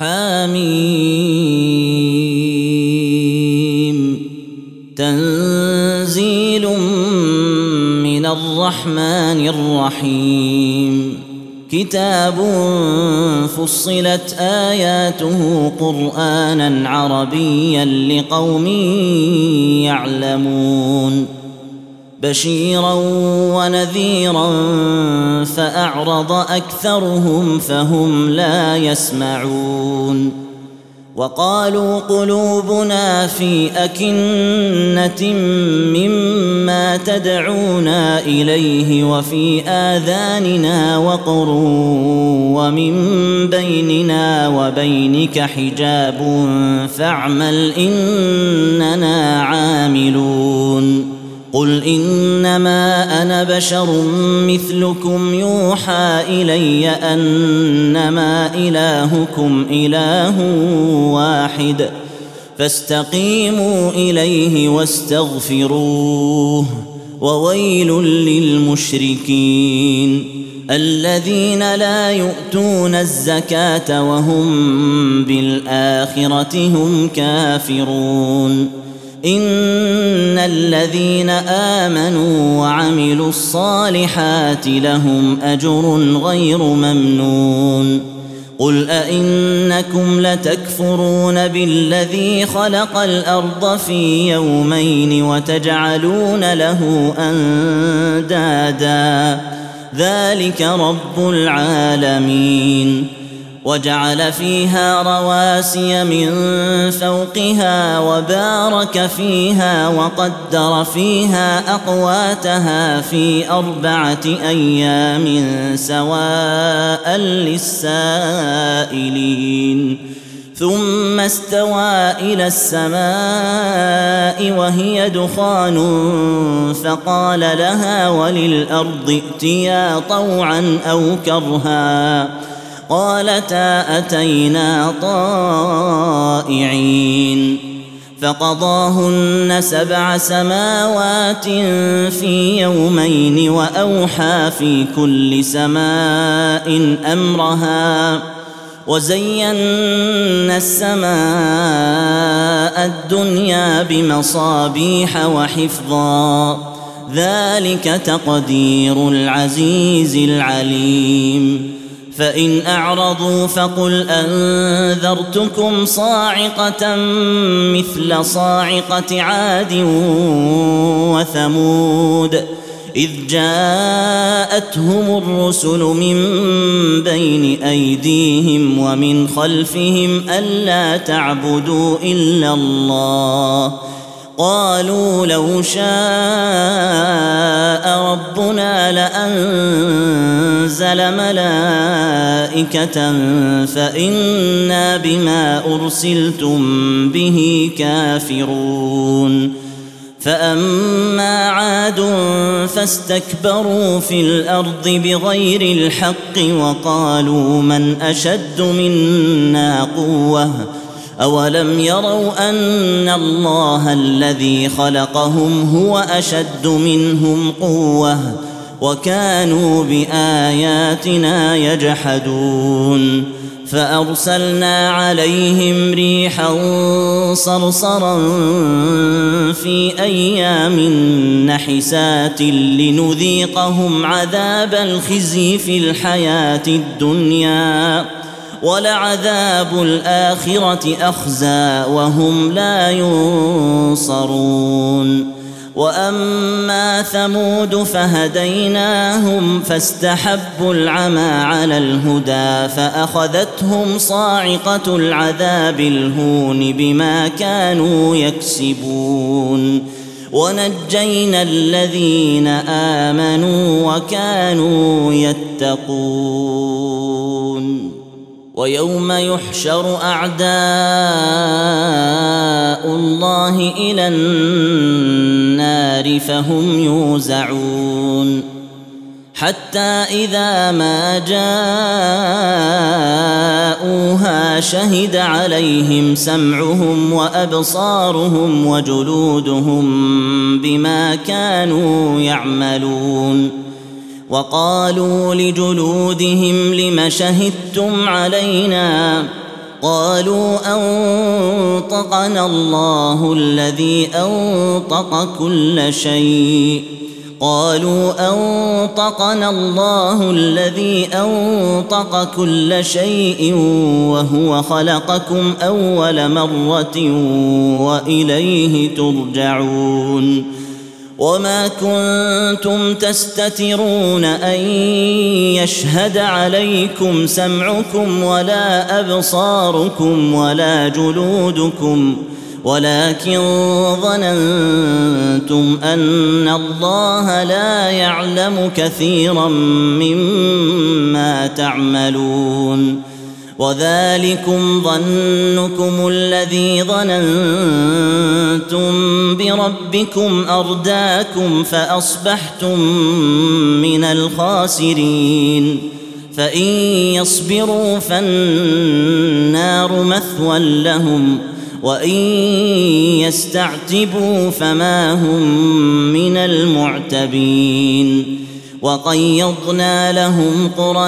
حميم تنزيل من الرحمن الرحيم كتاب فصلت آياته قرآنا عربيا لقوم يعلمون بشيرا ونذيرا فأعرض أكثرهم فهم لا يسمعون وقالوا قلوبنا في أكنة مما تدعونا إليه وفي آذاننا وقر ومن بيننا وبينك حجاب فاعمل إننا عاملون قل إنما أنا بشر مثلكم يوحى إلي أنما إلهكم إله واحد فاستقيموا إليه واستغفروه وويل للمشركين الذين لا يؤتون الزكاة وهم بالآخرة هم كافرون إن الذين آمنوا وعملوا الصالحات لهم أجر غير ممنون قل أئنكم لتكفرون بالذي خلق الأرض في يومين وتجعلون له أندادا ذلك رب العالمين وجعل فيها رواسي من فوقها وبارك فيها وقدر فيها أقواتها في 4 أيام سواء للسائلين ثم استوى إلى السماء وهي دخان فقال لها وللأرض ائتيا طوعا أو كرها قالتا أتينا طائعين فقضاهن 7 سماوات في يومين وأوحى في كل سماء أمرها وزينا السماء الدنيا بمصابيح وحفظا ذلك تقدير العزيز العليم فإن أعرضوا فقل أنذرتكم صاعقة مثل صاعقة عاد وثمود إذ جاءتهم الرسل من بين أيديهم ومن خلفهم ألا تعبدوا إلا الله قالوا لو شاء ربنا لأنزل ملائكة فإنا بما أرسلتم به كافرون فأما عاد فاستكبروا في الأرض بغير الحق وقالوا من أشد منا قوة أولم يروا أن الله الذي خلقهم هو أشد منهم قوة وكانوا بآياتنا يجحدون فأرسلنا عليهم ريحا صرصرا في أيام نحسات لنذيقهم عذاب الخزي في الحياة الدنيا ولعذاب الآخرة أخزى وهم لا ينصرون وأما ثمود فهديناهم فاستحبوا العمى على الهدى فأخذتهم صاعقة العذاب الهون بما كانوا يكسبون ونجينا الذين آمنوا وكانوا يتقون ويوم يحشر أعداء الله إلى النار فهم يوزعون حتى إذا ما جاءوها شهد عليهم سمعهم وأبصارهم وجلودهم بما كانوا يعملون وقالوا لجلودهم لم شهدتم علينا قالوا أنطقنا الله الذي أنطق كل شيء وهو خلقكم أول مرة وإليه ترجعون وما كنتم تستترون أن يشهد عليكم سمعكم ولا أبصاركم ولا جلودكم ولكن ظننتم أن الله لا يعلم كثيرا مما تعملون وذلكم ظنكم الذي ظننتم بربكم أرداكم فأصبحتم من الخاسرين فإن يصبروا فالنار مثوى لهم وإن يستعتبوا فما هم من المعتبين وقيضنا لهم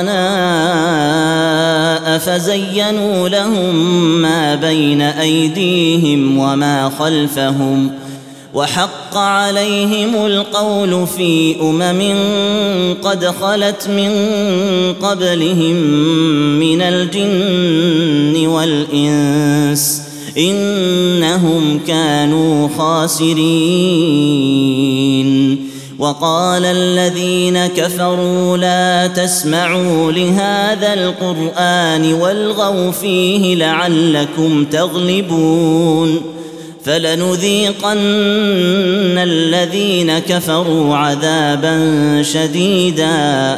قرناء فزينوا لهم ما بين أيديهم وما خلفهم وحق عليهم القول في قد خلت من قبلهم من الجن والإنس إنهم كانوا خاسرين وقال الذين كفروا لا تسمعوا لهذا القرآن والغوا فيه لعلكم تغلبون فلنذيقن الذين كفروا عذابا شديدا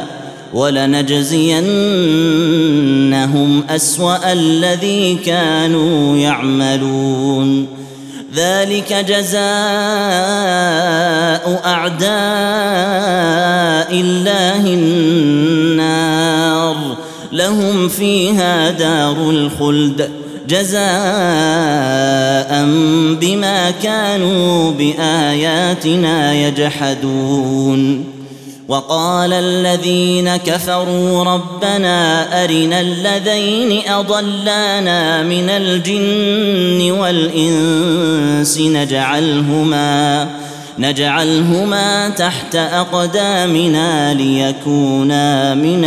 ولنجزينهم أسوأ الذي كانوا يعملون ذلك جزاء أعداء الله النار لهم فيها دار الخلد جزاء بما كانوا بآياتنا يجحدون وقال الذين كفروا ربنا أرنا الذين أضلانا من الجن والإنس نجعلهما تحت أقدامنا ليكونا من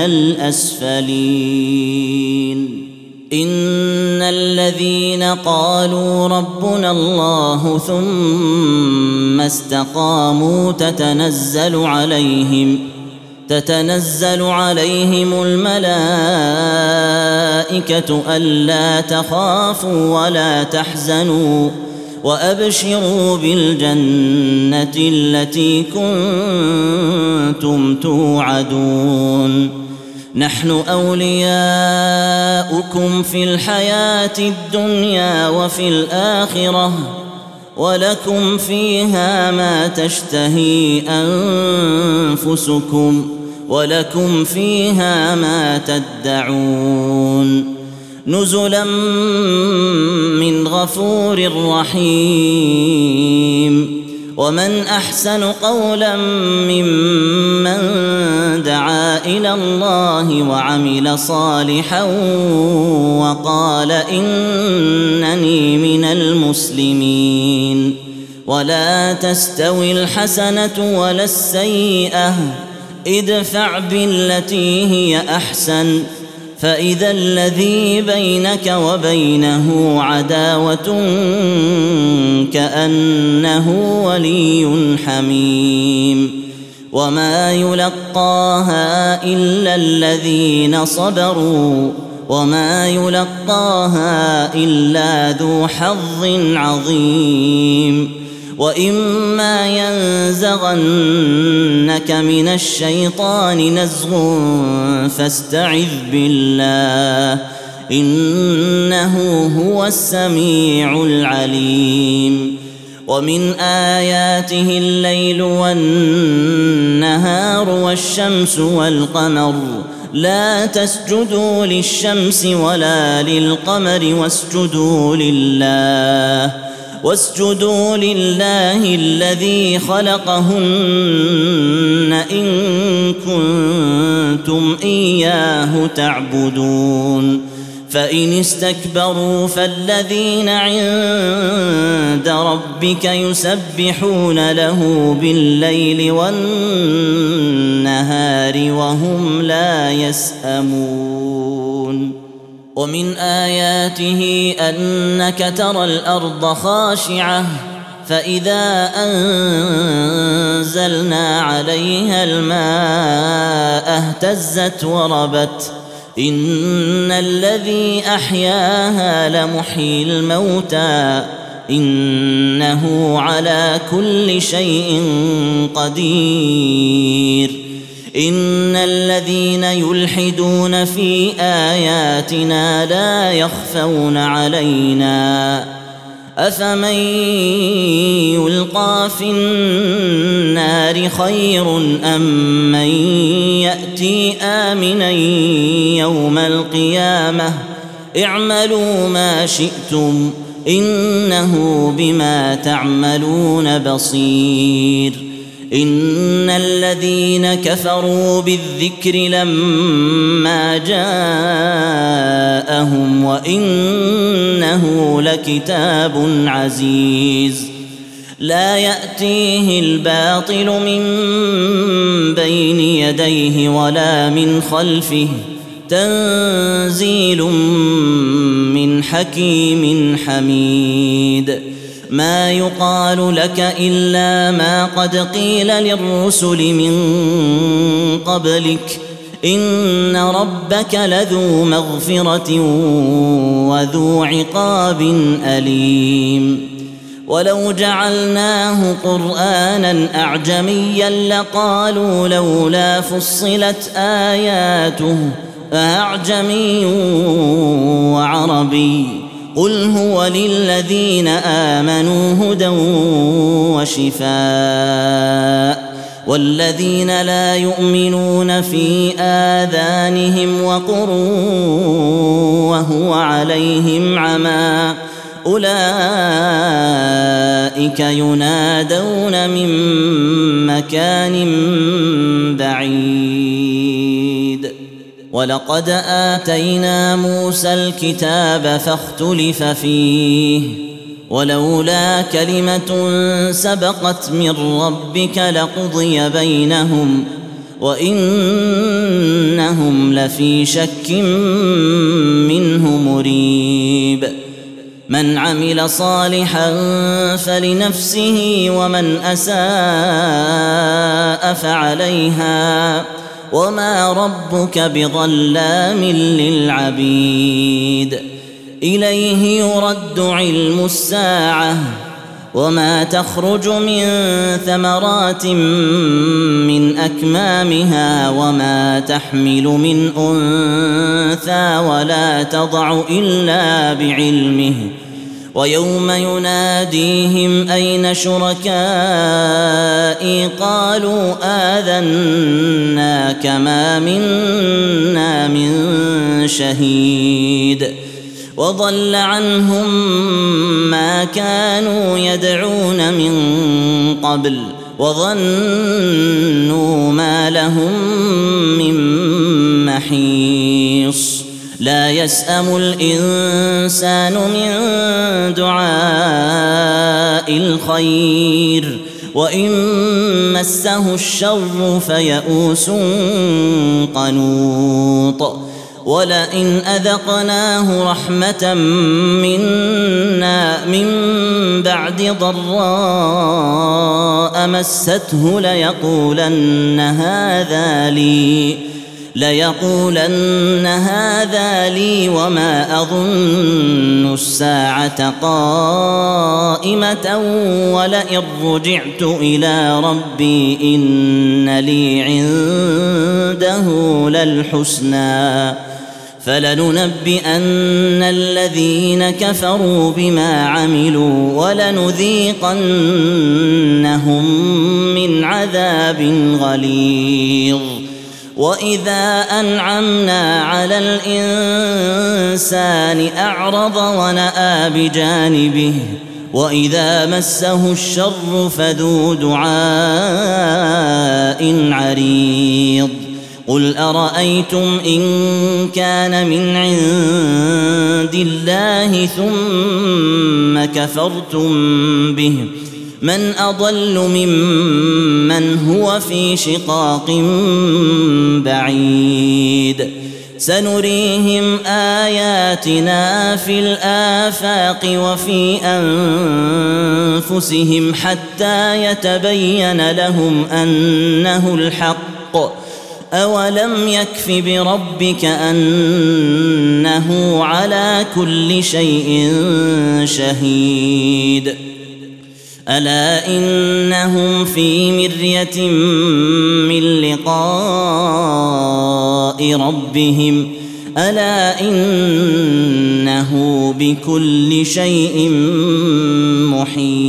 الأسفلين إن الذين قالوا ربنا الله ثم استقاموا تتنزل عليهم الملائكة ألا تخافوا ولا تحزنوا وأبشروا بالجنة التي كنتم توعدون نحن أولياؤكم في الحياة الدنيا وفي الآخرة ولكم فيها ما تشتهي أنفسكم ولكم فيها ما تدعون نزلا من غفور رحيم ومن أحسن قولا ممن دعا إلى الله وعمل صالحا وقال إنني من المسلمين ولا تستوي الحسنة ولا السيئة ادفع بالتي هي أحسن فإذا الذي بينك وبينه عداوة كأنه ولي حميم وما يلقاها إلا الذين صبروا وما يلقاها إلا ذو حظ عظيم وإما ينزغنك من الشيطان نزغ فاستعذ بالله إنه هو السميع العليم ومن آياته الليل والنهار والشمس والقمر لا تسجدوا للشمس ولا للقمر واسجدوا لله الذي خلقهن إن كنتم إياه تعبدون فإن استكبروا فالذين عند ربك يسبحون له بالليل والنهار وهم لا يسأمون ومن آياته أنك ترى الأرض خاشعة فإذا أنزلنا عليها الماء اهتزت وربت إن الذي أحياها لمحيي الموتى إنه على كل شيء قدير إن الذين يلحدون في آياتنا لا يخفون علينا أفمن يلقى في النار خير أم من يأتي آمنا يوم القيامة اعملوا ما شئتم إنه بما تعملون بصير إن الذين كفروا بالذكر لما جاءهم وإنه لكتاب عزيز لا يأتيه الباطل من بين يديه ولا من خلفه تنزيل من حكيم حميد ما يقال لك إلا ما قد قيل للرسل من قبلك إن ربك لذو مغفرة وذو عقاب أليم ولو جعلناه قرآنا أعجميا لقالوا لولا فصلت آياته أعجمي وعربي قل هو للذين آمنوا هدى وشفاء والذين لا يؤمنون في آذانهم وقر وهو عليهم عمى أولئك ينادون من مكان بعيد ولقد آتينا موسى الكتاب فاختلف فيه ولولا كلمة سبقت من ربك لقضي بينهم وإنهم لفي شك منه مريب من عمل صالحا فلنفسه ومن أساء فعليها وما ربك بظلام للعبيد إليه يرد علم الساعة وما تخرج من ثمرات من أكمامها وما تحمل من أنثى ولا تضع إلا بعلمه ويوم يناديهم أين شركائي قالوا آذناك ما منا من شهيد وضل عنهم ما كانوا يدعون من قبل وظنوا ما لهم من محيص لا يسأم الإنسان من دعاء الخير وإن مسه الشر فيئوس قنوط ولئن أذقناه رحمة منا من بعد ضراء مسته ليقولن هذا لي وما أظن الساعة قائمة ولئن رجعت إلى ربي إن لي عنده للحسنى فلننبئن الذين كفروا بما عملوا ولنذيقنهم من عذاب غليظ وإذا أنعمنا على الإنسان أعرض ونأى بجانبه وإذا مسه الشر فذو دعاء عريض قل أرأيتم إن كان من عند الله ثم كفرتم به من أضل ممن هو في شقاق بعيد سنريهم آياتنا في الآفاق وفي أنفسهم حتى يتبين لهم أنه الحق أولم يكف بربك أنه على كل شيء شهيد ألا إنهم في مرية من لقاء ربهم ألا إنه بكل شيء محيط